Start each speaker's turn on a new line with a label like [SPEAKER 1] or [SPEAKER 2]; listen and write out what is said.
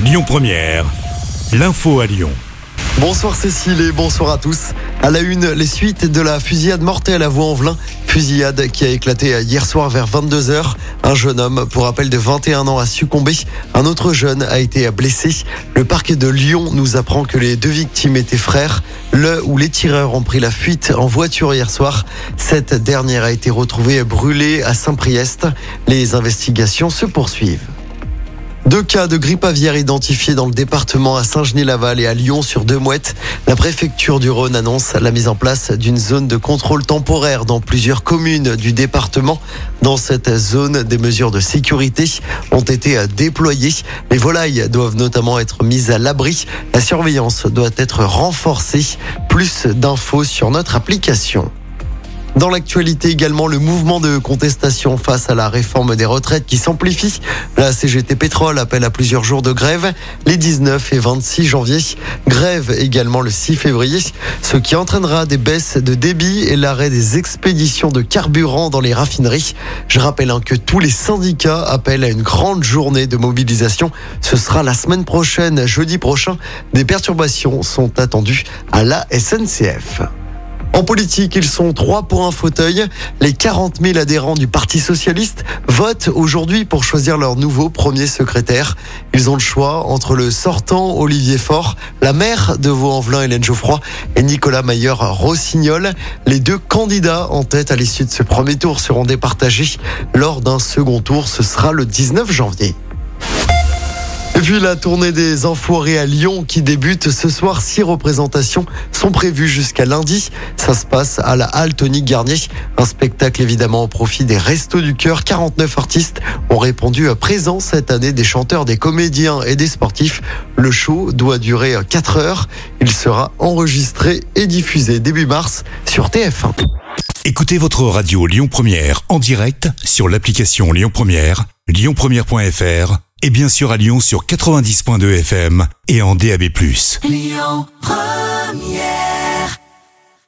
[SPEAKER 1] Lyon Première, l'info à Lyon.
[SPEAKER 2] Bonsoir Cécile et bonsoir à tous. À la une, les suites de la fusillade mortelle à Vaux-en-Velin. Fusillade qui a éclaté hier soir vers 22h. Un jeune homme, pour rappel de 21 ans, a succombé. Un autre jeune a été blessé. Le parquet de Lyon nous apprend que les deux victimes étaient frères. Le ou les tireurs ont pris la fuite en voiture hier soir. Cette dernière a été retrouvée brûlée à Saint-Priest. Les investigations se poursuivent. 2 cas de grippe aviaire identifiés dans le département à Saint-Genis-Laval et à Lyon sur 2 mouettes. La préfecture du Rhône annonce la mise en place d'une zone de contrôle temporaire dans plusieurs communes du département. Dans cette zone, des mesures de sécurité ont été déployées. Les volailles doivent notamment être mises à l'abri. La surveillance doit être renforcée. Plus d'infos sur notre application. Dans l'actualité également, le mouvement de contestation face à la réforme des retraites qui s'amplifie. La CGT Pétrole appelle à plusieurs jours de grève, les 19 et 26 janvier. Grève également le 6 février, ce qui entraînera des baisses de débit et l'arrêt des expéditions de carburant dans les raffineries. Je rappelle que tous les syndicats appellent à une grande journée de mobilisation. Ce sera la semaine prochaine, jeudi prochain. Des perturbations sont attendues à la SNCF. En politique, ils sont 3 pour un fauteuil. Les 40 000 adhérents du Parti Socialiste votent aujourd'hui pour choisir leur nouveau premier secrétaire. Ils ont le choix entre le sortant Olivier Faure, la maire de Vaux-en-Velin Hélène Geoffroy et Nicolas Mayer-Rossignol. Les 2 candidats en tête à l'issue de ce premier tour seront départagés. Lors d'un second tour, ce sera le 19 janvier. Et puis la tournée des Enfoirés à Lyon qui débute ce soir. 6 représentations sont prévues jusqu'à lundi. Ça se passe à la halle Tony Garnier. Un spectacle évidemment au profit des Restos du Cœur. 49 artistes ont répondu à présent cette année, des chanteurs, des comédiens et des sportifs. Le show doit durer 4 heures. Il sera enregistré et diffusé début mars sur TF1.
[SPEAKER 1] Écoutez votre radio Lyon Première en direct sur l'application Lyon Première, lyonpremière.fr et bien sûr à Lyon sur 90.2 FM et en DAB+.
[SPEAKER 3] Lyon Première.